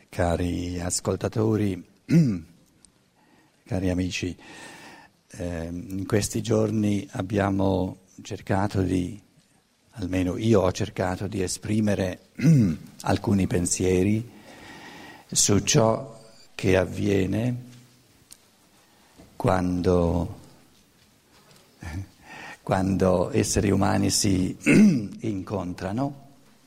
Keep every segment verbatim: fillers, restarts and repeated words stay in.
Cari ascoltatori, cari amici, eh, in questi giorni abbiamo cercato di, almeno io ho cercato di esprimere alcuni pensieri su ciò che avviene quando, quando esseri umani si incontrano.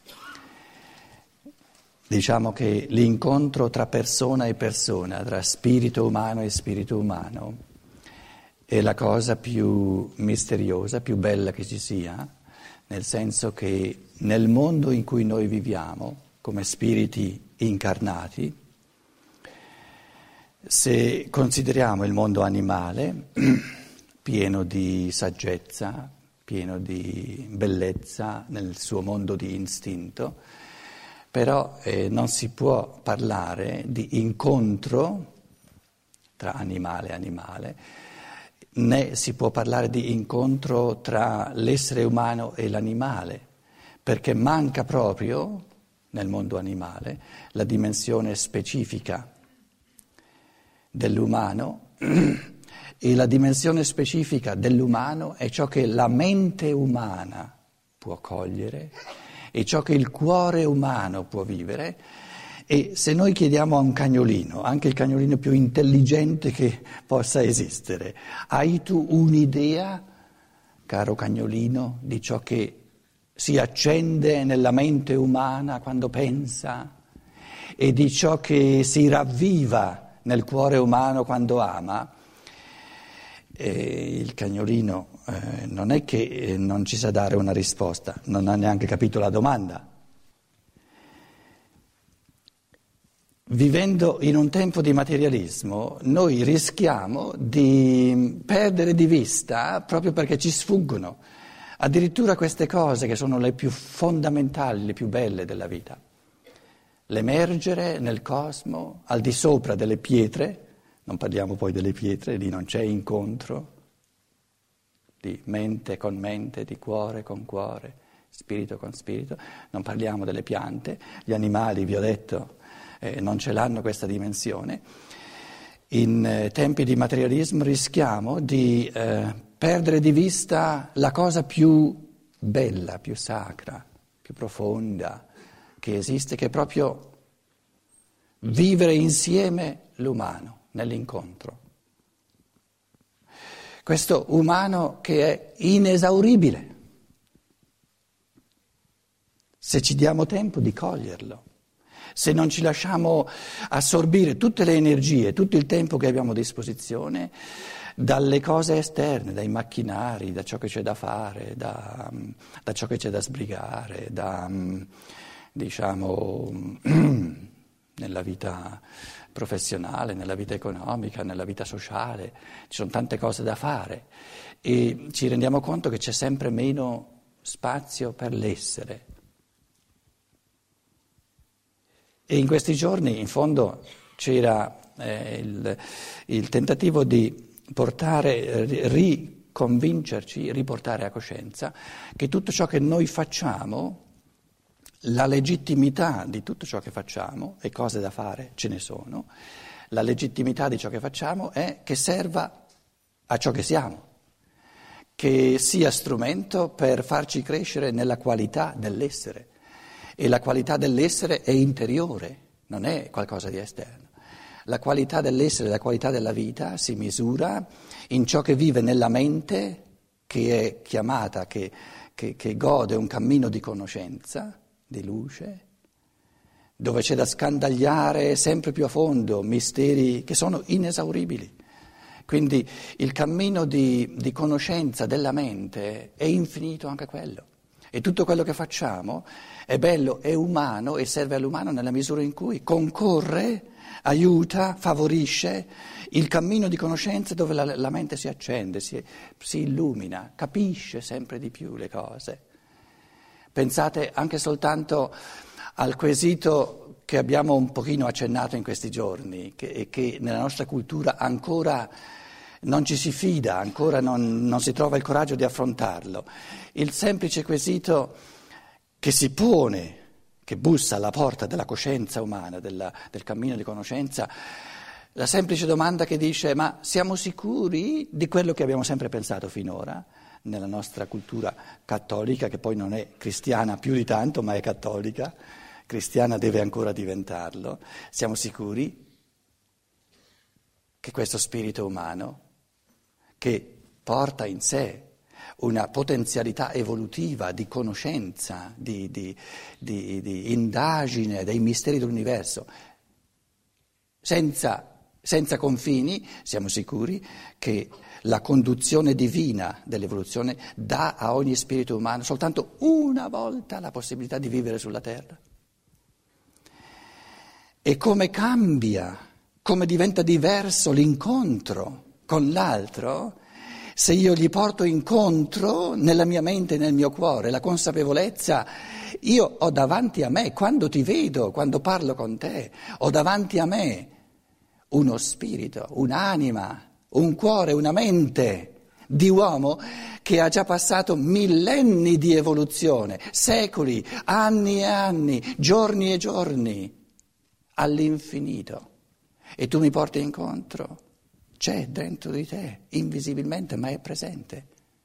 Diciamo che l'incontro tra persona e persona, tra spirito umano e spirito umano, è la cosa più misteriosa, più bella che ci sia, nel senso che nel mondo in cui noi viviamo, come spiriti incarnati, se consideriamo il mondo animale, pieno di saggezza, pieno di bellezza nel suo mondo di istinto, però eh, non si può parlare di incontro tra animale e animale, né si può parlare di incontro tra l'essere umano e l'animale, perché manca proprio nel mondo animale la dimensione specifica dell'umano e la dimensione specifica dell'umano è ciò che la mente umana può cogliere e ciò che il cuore umano può vivere. E se noi chiediamo a un cagnolino, anche il cagnolino più intelligente che possa esistere, hai tu un'idea, caro cagnolino, di ciò che si accende nella mente umana quando pensa e di ciò che si ravviva nel cuore umano quando ama? E il cagnolino eh, non è che eh, non ci sa dare una risposta, non ha neanche capito la domanda. Vivendo in un tempo di materialismo, noi rischiamo di perdere di vista, proprio perché ci sfuggono, addirittura queste cose che sono le più fondamentali, le più belle della vita. L'emergere nel cosmo, al di sopra delle pietre. Non parliamo poi delle pietre, di non c'è incontro, di mente con mente, di cuore con cuore, spirito con spirito. Non parliamo delle piante, gli animali, vi ho detto, eh, non ce l'hanno questa dimensione. In eh, tempi di materialismo rischiamo di eh, perdere di vista la cosa più bella, più sacra, più profonda che esiste, che è proprio vivere insieme l'umano. Nell'incontro. Questo umano che è inesauribile, se ci diamo tempo di coglierlo, se non ci lasciamo assorbire tutte le energie, tutto il tempo che abbiamo a disposizione dalle cose esterne, dai macchinari, da ciò che c'è da fare, da, da ciò che c'è da sbrigare, da, diciamo, nella vita professionale, nella vita economica, nella vita sociale, ci sono tante cose da fare e ci rendiamo conto che c'è sempre meno spazio per l'essere. E in questi giorni, in fondo, c'era eh, il, il tentativo di portare, riconvincerci, riportare a coscienza che tutto ciò che noi facciamo, la legittimità di tutto ciò che facciamo, e cose da fare ce ne sono, la legittimità di ciò che facciamo è che serva a ciò che siamo, che sia strumento per farci crescere nella qualità dell'essere. E la qualità dell'essere è interiore, non è qualcosa di esterno. La qualità dell'essere, la qualità della vita si misura in ciò che vive nella mente, che è chiamata, che, che, che gode un cammino di conoscenza, di luce, dove c'è da scandagliare sempre più a fondo misteri che sono inesauribili. Quindi il cammino di, di conoscenza della mente è infinito anche quello. E tutto quello che facciamo è bello, è umano e serve all'umano nella misura in cui concorre, aiuta, favorisce il cammino di conoscenza dove la, la mente si accende, si, si illumina, capisce sempre di più le cose. Pensate anche soltanto al quesito che abbiamo un pochino accennato in questi giorni e che, che nella nostra cultura ancora non ci si fida, ancora non, non si trova il coraggio di affrontarlo. Il semplice quesito che si pone, che bussa alla porta della coscienza umana, della, del cammino di conoscenza, la semplice domanda che dice: ma siamo sicuri di quello che abbiamo sempre pensato finora, nella nostra cultura cattolica, che poi non è cristiana più di tanto, ma è cattolica, cristiana deve ancora diventarlo, siamo sicuri che questo spirito umano, che porta in sé una potenzialità evolutiva di conoscenza, di, di, di, di indagine dei misteri dell'universo, senza, senza confini, siamo sicuri che la conduzione divina dell'evoluzione dà a ogni spirito umano soltanto una volta la possibilità di vivere sulla terra. E come cambia, come diventa diverso l'incontro con l'altro, se io gli porto incontro nella mia mente e nel mio cuore la consapevolezza, io ho davanti a me, quando ti vedo, quando parlo con te, ho davanti a me uno spirito, un'anima, un cuore, una mente di uomo che ha già passato millenni di evoluzione, secoli, anni e anni, giorni e giorni, all'infinito. E tu mi porti incontro. C'è dentro di te, invisibilmente, ma è presente,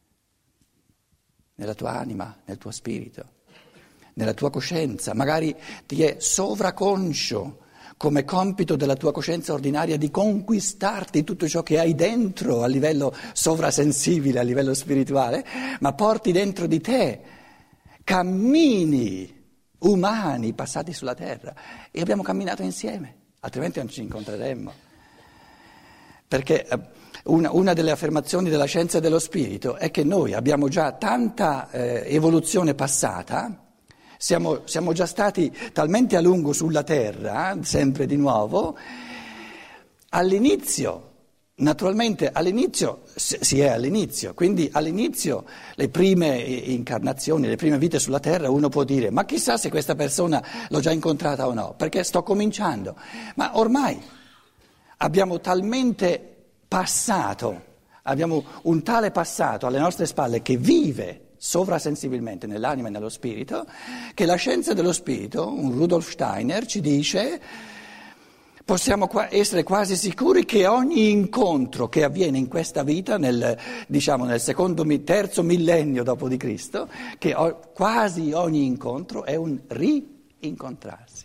nella tua anima, nel tuo spirito, nella tua coscienza. Magari ti è sovraconscio, come compito della tua coscienza ordinaria, di conquistarti tutto ciò che hai dentro a livello sovrasensibile, a livello spirituale, ma porti dentro di te cammini umani passati sulla terra. E abbiamo camminato insieme, altrimenti non ci incontreremmo. Perché una, una delle affermazioni della scienza dello spirito è che noi abbiamo già tanta eh, evoluzione passata, siamo, siamo già stati talmente a lungo sulla terra, sempre di nuovo, all'inizio, naturalmente all'inizio si è all'inizio, quindi all'inizio le prime incarnazioni, le prime vite sulla terra, uno può dire: ma chissà se questa persona l'ho già incontrata o no, perché sto cominciando, ma ormai abbiamo talmente passato, abbiamo un tale passato alle nostre spalle che vive sovrasensibilmente nell'anima e nello spirito, che la scienza dello spirito, un Rudolf Steiner, ci dice: possiamo essere quasi sicuri che ogni incontro che avviene in questa vita, nel, diciamo nel secondo, terzo millennio dopo di Cristo, che quasi ogni incontro è un rincontrarsi.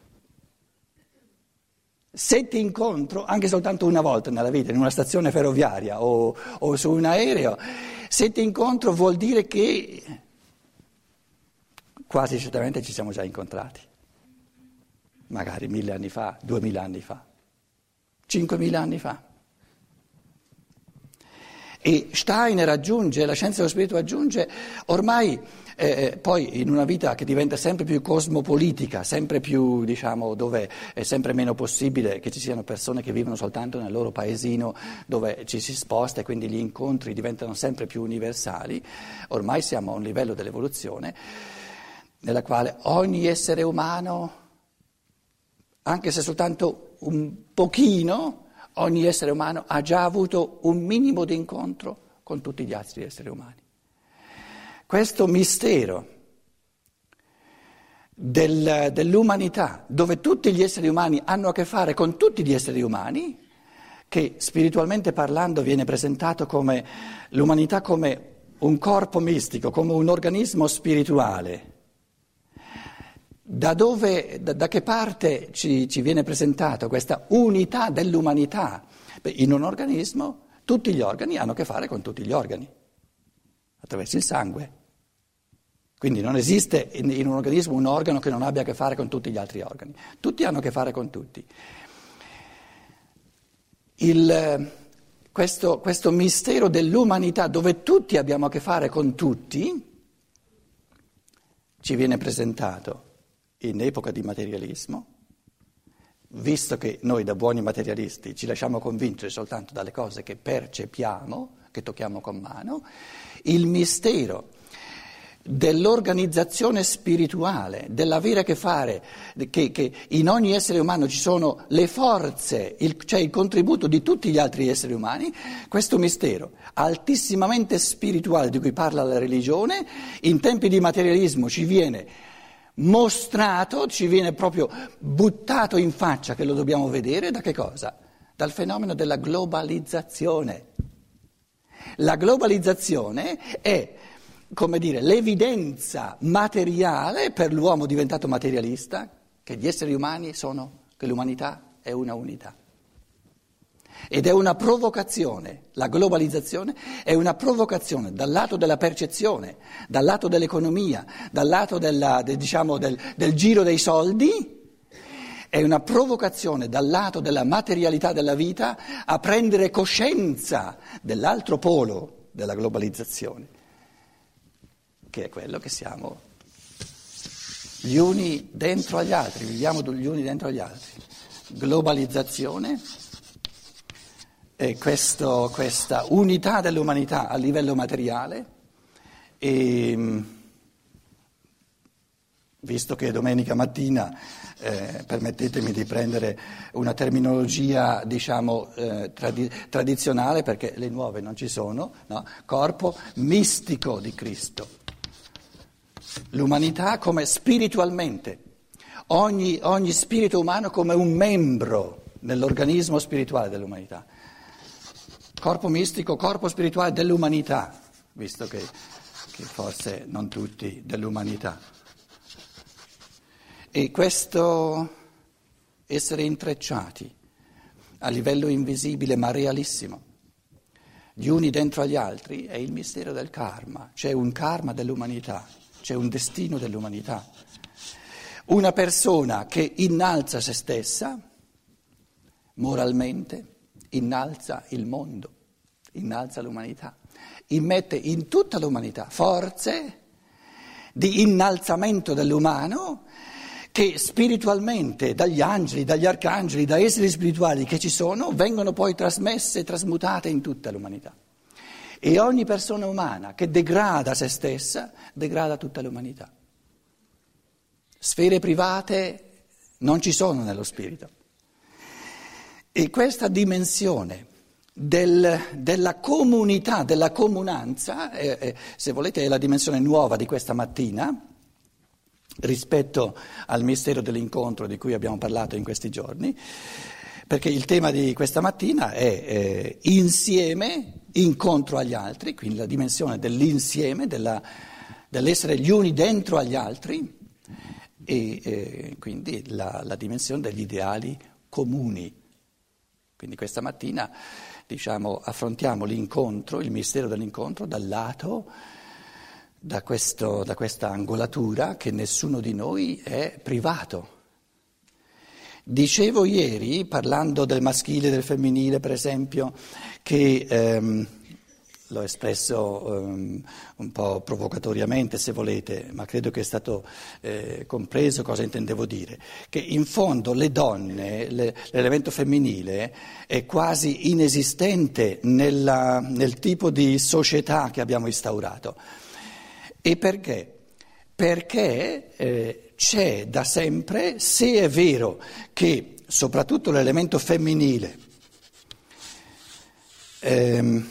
Se ti incontro anche soltanto una volta nella vita, in una stazione ferroviaria o, o su un aereo, se ti incontro vuol dire che quasi certamente ci siamo già incontrati, magari mille anni fa, duemila anni fa, cinquemila anni fa. E Steiner aggiunge, la scienza dello spirito aggiunge, ormai eh, poi in una vita che diventa sempre più cosmopolitica, sempre più, diciamo, dove è sempre meno possibile che ci siano persone che vivono soltanto nel loro paesino, dove ci si sposta e quindi gli incontri diventano sempre più universali, ormai siamo a un livello dell'evoluzione nella quale ogni essere umano, anche se soltanto un pochino, ogni essere umano ha già avuto un minimo di incontro con tutti gli altri esseri umani. Questo mistero del, dell'umanità, dove tutti gli esseri umani hanno a che fare con tutti gli esseri umani, che spiritualmente parlando viene presentato come l'umanità come un corpo mistico, come un organismo spirituale. Da dove, da, da che parte ci, ci viene presentato questa unità dell'umanità? Beh, in un organismo tutti gli organi hanno a che fare con tutti gli organi, attraverso il sangue. Quindi non esiste in, in un organismo un organo che non abbia a che fare con tutti gli altri organi. Tutti hanno a che fare con tutti. Il, questo, questo mistero dell'umanità, dove tutti abbiamo a che fare con tutti, ci viene presentato in epoca di materialismo, visto che noi da buoni materialisti ci lasciamo convincere soltanto dalle cose che percepiamo, che tocchiamo con mano, il mistero dell'organizzazione spirituale, dell'avere a che fare, che, che in ogni essere umano ci sono le forze, il, cioè il contributo di tutti gli altri esseri umani, questo mistero altissimamente spirituale di cui parla la religione, in tempi di materialismo ci viene mostrato, ci viene proprio buttato in faccia che lo dobbiamo vedere da che cosa? Dal fenomeno della globalizzazione. La globalizzazione è, come dire, l'evidenza materiale per l'uomo diventato materialista che gli esseri umani sono, che l'umanità è una unità. Ed è una provocazione, la globalizzazione è una provocazione dal lato della percezione, dal lato dell'economia, dal lato della, de, diciamo, del, del giro dei soldi, è una provocazione dal lato della materialità della vita a prendere coscienza dell'altro polo della globalizzazione, che è quello che siamo gli uni dentro agli altri, viviamo gli uni dentro agli altri. Globalizzazione. E questo, questa unità dell'umanità a livello materiale, e visto che domenica mattina, eh, permettetemi di prendere una terminologia diciamo eh, tradi- tradizionale perché le nuove non ci sono, no? Corpo mistico di Cristo, l'umanità come spiritualmente, ogni, ogni spirito umano come un membro nell'organismo spirituale dell'umanità. Corpo mistico, corpo spirituale dell'umanità, visto che, che forse non tutti dell'umanità. E questo essere intrecciati a livello invisibile ma realissimo, gli uni dentro agli altri, è il mistero del karma. C'è un karma dell'umanità, c'è un destino dell'umanità. Una persona che innalza se stessa, moralmente, innalza il mondo, innalza l'umanità, immette in tutta l'umanità forze di innalzamento dell'umano che spiritualmente dagli angeli, dagli arcangeli, da esseri spirituali che ci sono, vengono poi trasmesse, trasmutate in tutta l'umanità. E ogni persona umana che degrada se stessa, degrada tutta l'umanità. Sfere private non ci sono nello spirito. E questa dimensione del, della comunità, della comunanza, eh, eh, se volete è la dimensione nuova di questa mattina, rispetto al mistero dell'incontro di cui abbiamo parlato in questi giorni, perché il tema di questa mattina è eh, insieme, incontro agli altri, quindi la dimensione dell'insieme, della, dell'essere gli uni dentro agli altri, e eh, quindi la, la dimensione degli ideali comuni. Quindi questa mattina, diciamo, affrontiamo l'incontro, il mistero dell'incontro dal lato, da, questo, da questa angolatura che nessuno di noi è privato. Dicevo ieri, parlando del maschile e del femminile, per esempio, che ehm, l'ho espresso um, un po' provocatoriamente, se volete, ma credo che è stato eh, compreso cosa intendevo dire, che in fondo le donne, le, l'elemento femminile è quasi inesistente nella, nel tipo di società che abbiamo instaurato. E perché? Perché eh, c'è da sempre, se è vero che soprattutto l'elemento femminile ehm,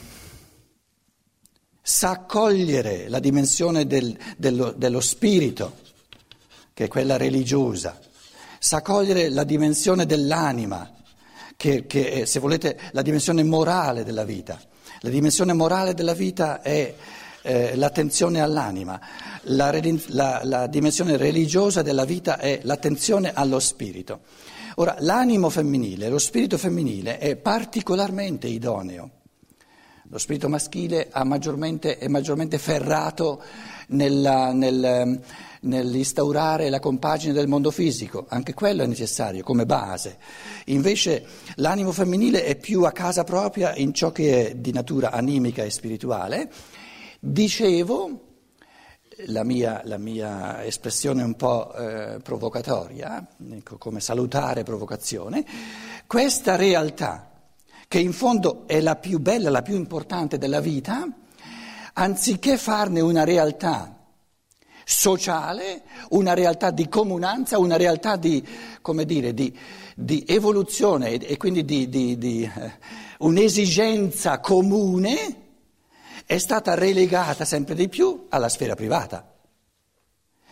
sa cogliere la dimensione del, dello, dello spirito, che è quella religiosa, sa cogliere la dimensione dell'anima, che, che è, se volete, la dimensione morale della vita. La dimensione morale della vita è eh, l'attenzione all'anima, la, la, la dimensione religiosa della vita è l'attenzione allo spirito. Ora, l'animo femminile, lo spirito femminile è particolarmente idoneo. Lo spirito maschile ha maggiormente, è maggiormente ferrato nella, nel, nell'instaurare la compagine del mondo fisico, anche quello è necessario come base. Invece l'animo femminile è più a casa propria in ciò che è di natura animica e spirituale. Dicevo, la mia, la mia espressione un po' eh, provocatoria, ecco, come salutare provocazione, questa realtà, che in fondo è la più bella, la più importante della vita, anziché farne una realtà sociale, una realtà di comunanza, una realtà di, come dire, di, di evoluzione e, e quindi di, di, di eh, un'esigenza comune, è stata relegata sempre di più alla sfera privata.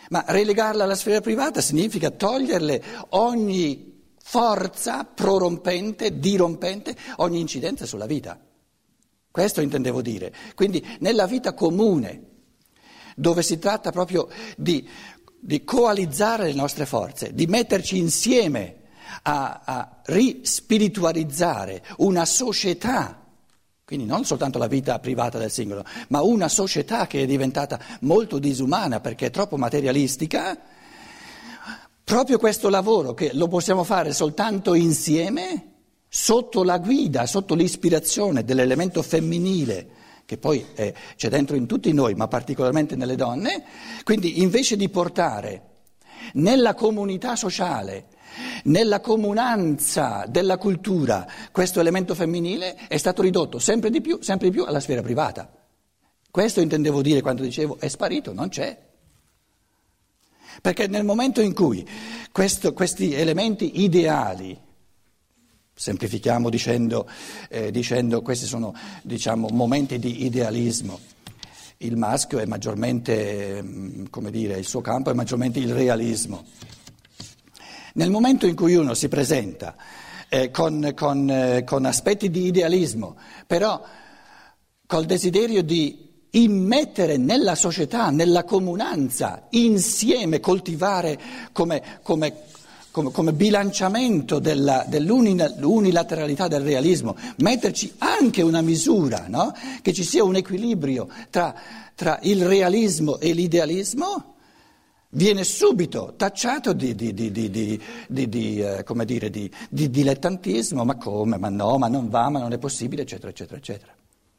Ma relegarla alla sfera privata significa toglierle ogni forza prorompente, dirompente, ogni incidenza sulla vita. Questo intendevo dire. Quindi nella vita comune, dove si tratta proprio di, di coalizzare le nostre forze, di metterci insieme a, a rispiritualizzare una società, quindi non soltanto la vita privata del singolo, ma una società che è diventata molto disumana perché è troppo materialistica, proprio questo lavoro che lo possiamo fare soltanto insieme, sotto la guida, sotto l'ispirazione dell'elemento femminile, che poi è, c'è dentro in tutti noi, ma particolarmente nelle donne, quindi invece di portare nella comunità sociale, nella comunanza della cultura, questo elemento femminile è stato ridotto sempre di più, sempre di più alla sfera privata. Questo intendevo dire quando dicevo è sparito, non c'è. Perché nel momento in cui questo, questi elementi ideali, semplifichiamo dicendo, eh, dicendo questi sono diciamo, momenti di idealismo, il maschio è maggiormente, come dire, il suo campo è maggiormente il realismo. Nel momento in cui uno si presenta eh, con, con, eh, con aspetti di idealismo, però col desiderio di immettere nella società, nella comunanza, insieme, coltivare come, come, come, come bilanciamento della, dell'unilateralità del realismo, metterci anche una misura, no? Che ci sia un equilibrio tra, tra il realismo e l'idealismo, viene subito tacciato di, di, di, di, di, di, di, eh, come dire, di, di dilettantismo, ma come, ma no, ma non va, ma non è possibile, eccetera, eccetera, eccetera.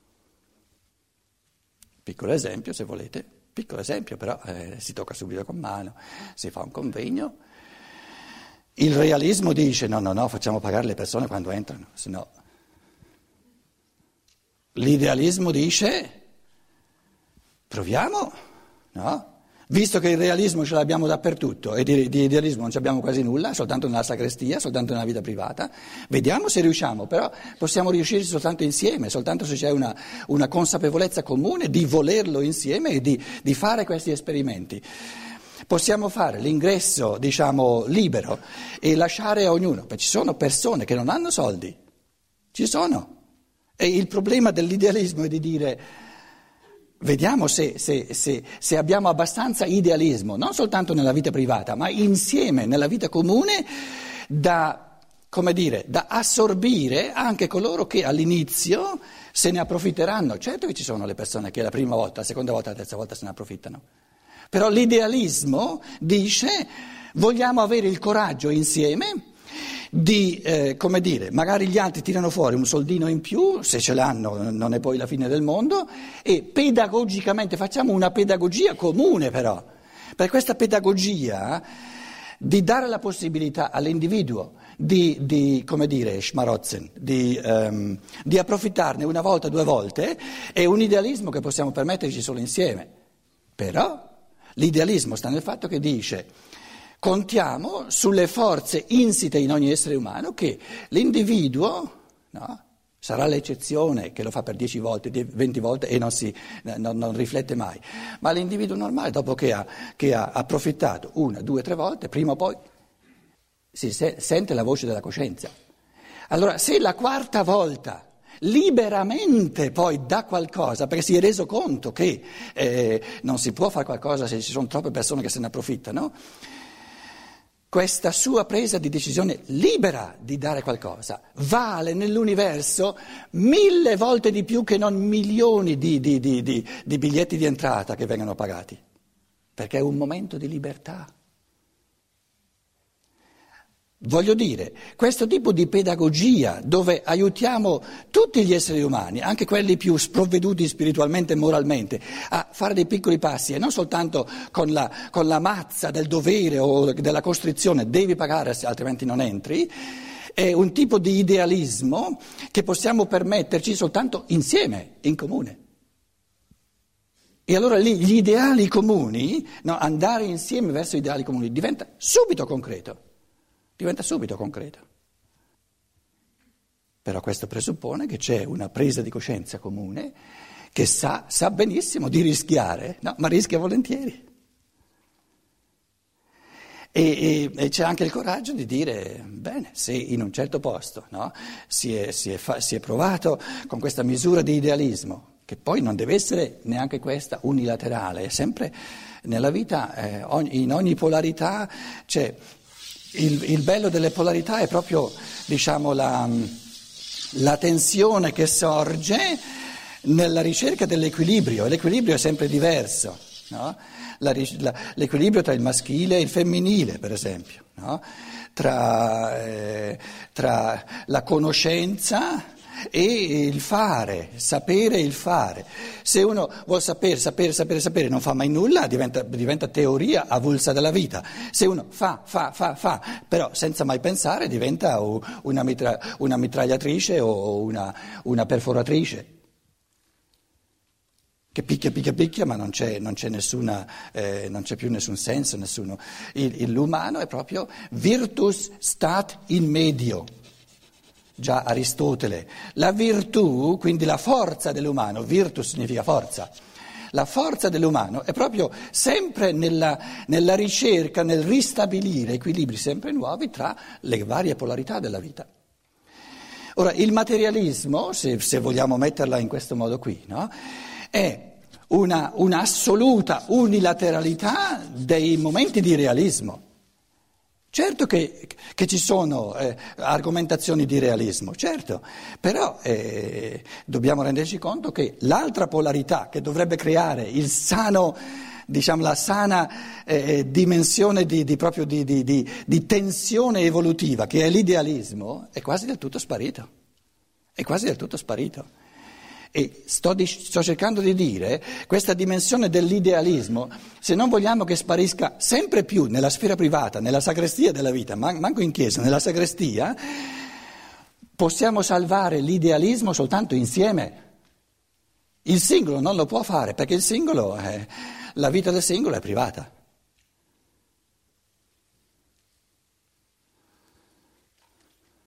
Piccolo esempio, se volete, piccolo esempio, però eh, si tocca subito con mano, si fa un convegno, il realismo dice no, no, no, facciamo pagare le persone quando entrano, se no. L'idealismo dice proviamo, no? Visto che il realismo ce l'abbiamo dappertutto e di, di idealismo non abbiamo quasi nulla, soltanto nella sacrestia, soltanto nella vita privata, vediamo se riusciamo, però possiamo riuscirci soltanto insieme, soltanto se c'è una, una consapevolezza comune di volerlo insieme e di, di fare questi esperimenti. Possiamo fare l'ingresso, diciamo, libero e lasciare a ognuno, perché ci sono persone che non hanno soldi, ci sono, e il problema dell'idealismo è di dire vediamo se, se, se, se abbiamo abbastanza idealismo, non soltanto nella vita privata, ma insieme nella vita comune da, come dire, da assorbire anche coloro che all'inizio se ne approfitteranno. Certo che ci sono le persone che la prima volta, la seconda volta, la terza volta se ne approfittano, però l'idealismo dice vogliamo avere il coraggio insieme di, eh, come dire, magari gli altri tirano fuori un soldino in più, se ce l'hanno non è poi la fine del mondo, e pedagogicamente facciamo una pedagogia comune però, per questa pedagogia di dare la possibilità all'individuo di, di come dire, schmarotzen, di, um, di approfittarne una volta, due volte, è un idealismo che possiamo permetterci solo insieme, però l'idealismo sta nel fatto che dice contiamo sulle forze insite in ogni essere umano che l'individuo, no, sarà l'eccezione che lo fa per dieci volte, venti volte e non, si, non, non riflette mai, ma l'individuo normale dopo che ha, che ha approfittato una, due, tre volte, prima o poi si se, sente la voce della coscienza. Allora se la quarta volta liberamente poi dà qualcosa, perché si è reso conto che eh, non si può fare qualcosa se ci sono troppe persone che se ne approfittano, questa sua presa di decisione libera di dare qualcosa vale nell'universo mille volte di più che non milioni di, di, di, di, di biglietti di entrata che vengono pagati, perché è un momento di libertà. Voglio dire, questo tipo di pedagogia dove aiutiamo tutti gli esseri umani, anche quelli più sprovveduti spiritualmente e moralmente, a fare dei piccoli passi e non soltanto con la, con la mazza del dovere o della costrizione, devi pagare altrimenti non entri, è un tipo di idealismo che possiamo permetterci soltanto insieme, in comune. E allora lì gli ideali comuni, no, andare insieme verso ideali comuni diventa subito concreto. Diventa subito concreto. Però questo presuppone che c'è una presa di coscienza comune che sa, sa benissimo di rischiare, no, ma rischia volentieri. E, e, e c'è anche il coraggio di dire, bene, se in un certo posto, no, si, è, si, è fa, si è provato con questa misura di idealismo, che poi non deve essere neanche questa unilaterale, è sempre nella vita, eh, ogni, in ogni polarità c'è, il, il bello delle polarità è proprio, diciamo, la, la tensione che sorge nella ricerca dell'equilibrio, e l'equilibrio è sempre diverso, no? La, la, l'equilibrio tra il maschile e il femminile, per esempio, no? tra, eh, tra la conoscenza e il fare, sapere e il fare. Se uno vuol sapere, sapere, sapere, sapere, non fa mai nulla, diventa, diventa teoria avulsa dalla vita. Se uno fa, fa, fa, fa, però senza mai pensare, diventa una, mitra, una mitragliatrice o una, una perforatrice. Che picchia, picchia, picchia, ma non c'è, non c'è, nessuna, eh, non c'è più nessun senso, nessuno. Il, il, l'umano è proprio virtus stat in medio, già Aristotele. La virtù, quindi la forza dell'umano, virtus significa forza, la forza dell'umano è proprio sempre nella, nella ricerca, nel ristabilire equilibri sempre nuovi tra le varie polarità della vita. Ora, il materialismo, se, se vogliamo metterla in questo modo qui, no? È una, un'assoluta unilateralità dei momenti di realismo. Certo che, che ci sono eh, argomentazioni di realismo, certo, però eh, dobbiamo renderci conto che l'altra polarità che dovrebbe creare il sano, diciamo, la sana eh, dimensione di, di, proprio di, di, di, di tensione evolutiva, che è l'idealismo, è quasi del tutto sparito. È quasi del tutto sparito. E sto, di, sto cercando di dire, questa dimensione dell'idealismo, se non vogliamo che sparisca sempre più nella sfera privata, nella sagrestia della vita, man, manco in chiesa, nella sagrestia, possiamo salvare l'idealismo soltanto insieme. Il singolo non lo può fare, perché il singolo, è, la vita del singolo è privata.